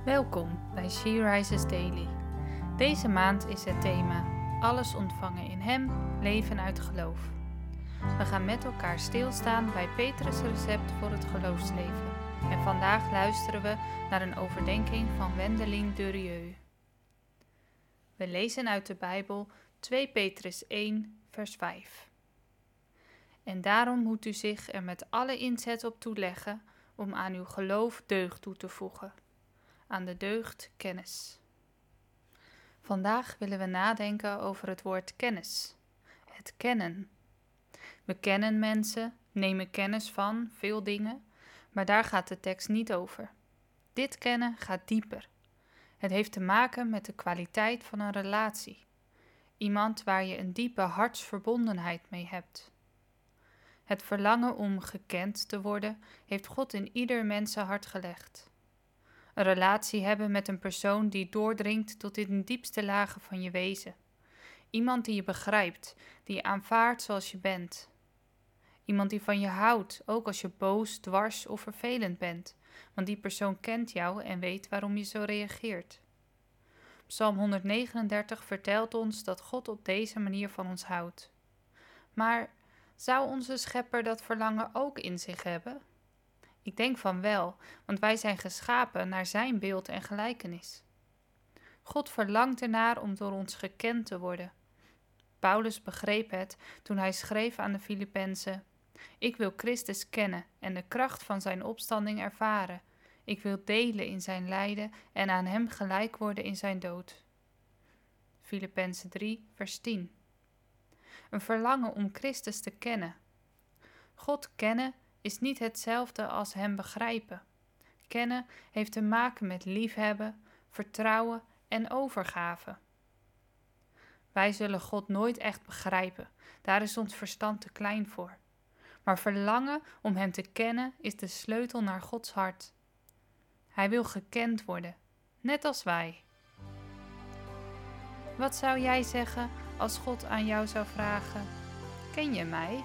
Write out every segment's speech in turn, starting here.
Welkom bij She Rises Daily. Deze maand is het thema Alles ontvangen in Hem, leven uit geloof. We gaan met elkaar stilstaan bij Petrus' recept voor het geloofsleven. En vandaag luisteren we naar een overdenking van Wendelin Durieux. We lezen uit de Bijbel 2 Petrus 1, vers 5. En daarom moet u zich er met alle inzet op toeleggen om aan uw geloof deugd toe te voegen. Aan de deugd kennis. Vandaag willen we nadenken over het woord kennis. Het kennen. We kennen mensen, nemen kennis van veel dingen, maar daar gaat de tekst niet over. Dit kennen gaat dieper. Het heeft te maken met de kwaliteit van een relatie. Iemand waar je een diepe hartsverbondenheid mee hebt. Het verlangen om gekend te worden heeft God in ieder mensenhart gelegd. Een relatie hebben met een persoon die doordringt tot in de diepste lagen van je wezen. Iemand die je begrijpt, die je aanvaardt zoals je bent. Iemand die van je houdt, ook als je boos, dwars of vervelend bent, want die persoon kent jou en weet waarom je zo reageert. Psalm 139 vertelt ons dat God op deze manier van ons houdt. Maar zou onze schepper dat verlangen ook in zich hebben? Ik denk van wel, want wij zijn geschapen naar zijn beeld en gelijkenis. God verlangt ernaar om door ons gekend te worden. Paulus begreep het toen hij schreef aan de Filippenzen: Ik wil Christus kennen en de kracht van zijn opstanding ervaren. Ik wil delen in zijn lijden en aan hem gelijk worden in zijn dood. Filippenzen 3, vers 10. Een verlangen om Christus te kennen. God kennen is niet hetzelfde als hem begrijpen. Kennen heeft te maken met liefhebben, vertrouwen en overgave. Wij zullen God nooit echt begrijpen, daar is ons verstand te klein voor. Maar verlangen om hem te kennen is de sleutel naar Gods hart. Hij wil gekend worden, net als wij. Wat zou jij zeggen als God aan jou zou vragen: ken je mij?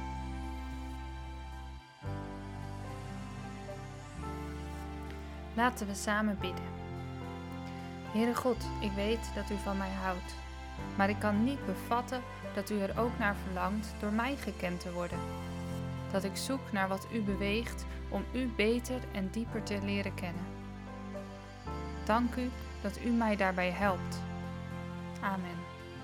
Laten we samen bidden. Heere God, ik weet dat u van mij houdt, maar ik kan niet bevatten dat u er ook naar verlangt door mij gekend te worden. Dat ik zoek naar wat u beweegt om u beter en dieper te leren kennen. Dank u dat u mij daarbij helpt. Amen.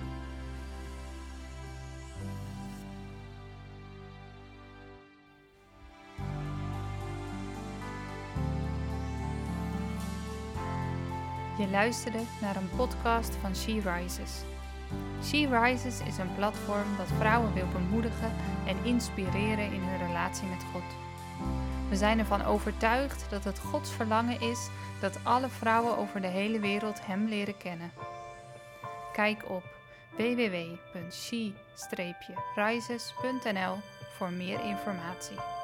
Je luisterde naar een podcast van She Rises. She Rises is een platform dat vrouwen wil bemoedigen en inspireren in hun relatie met God. We zijn ervan overtuigd dat het Gods verlangen is dat alle vrouwen over de hele wereld Hem leren kennen. Kijk op www.she-rises.nl voor meer informatie.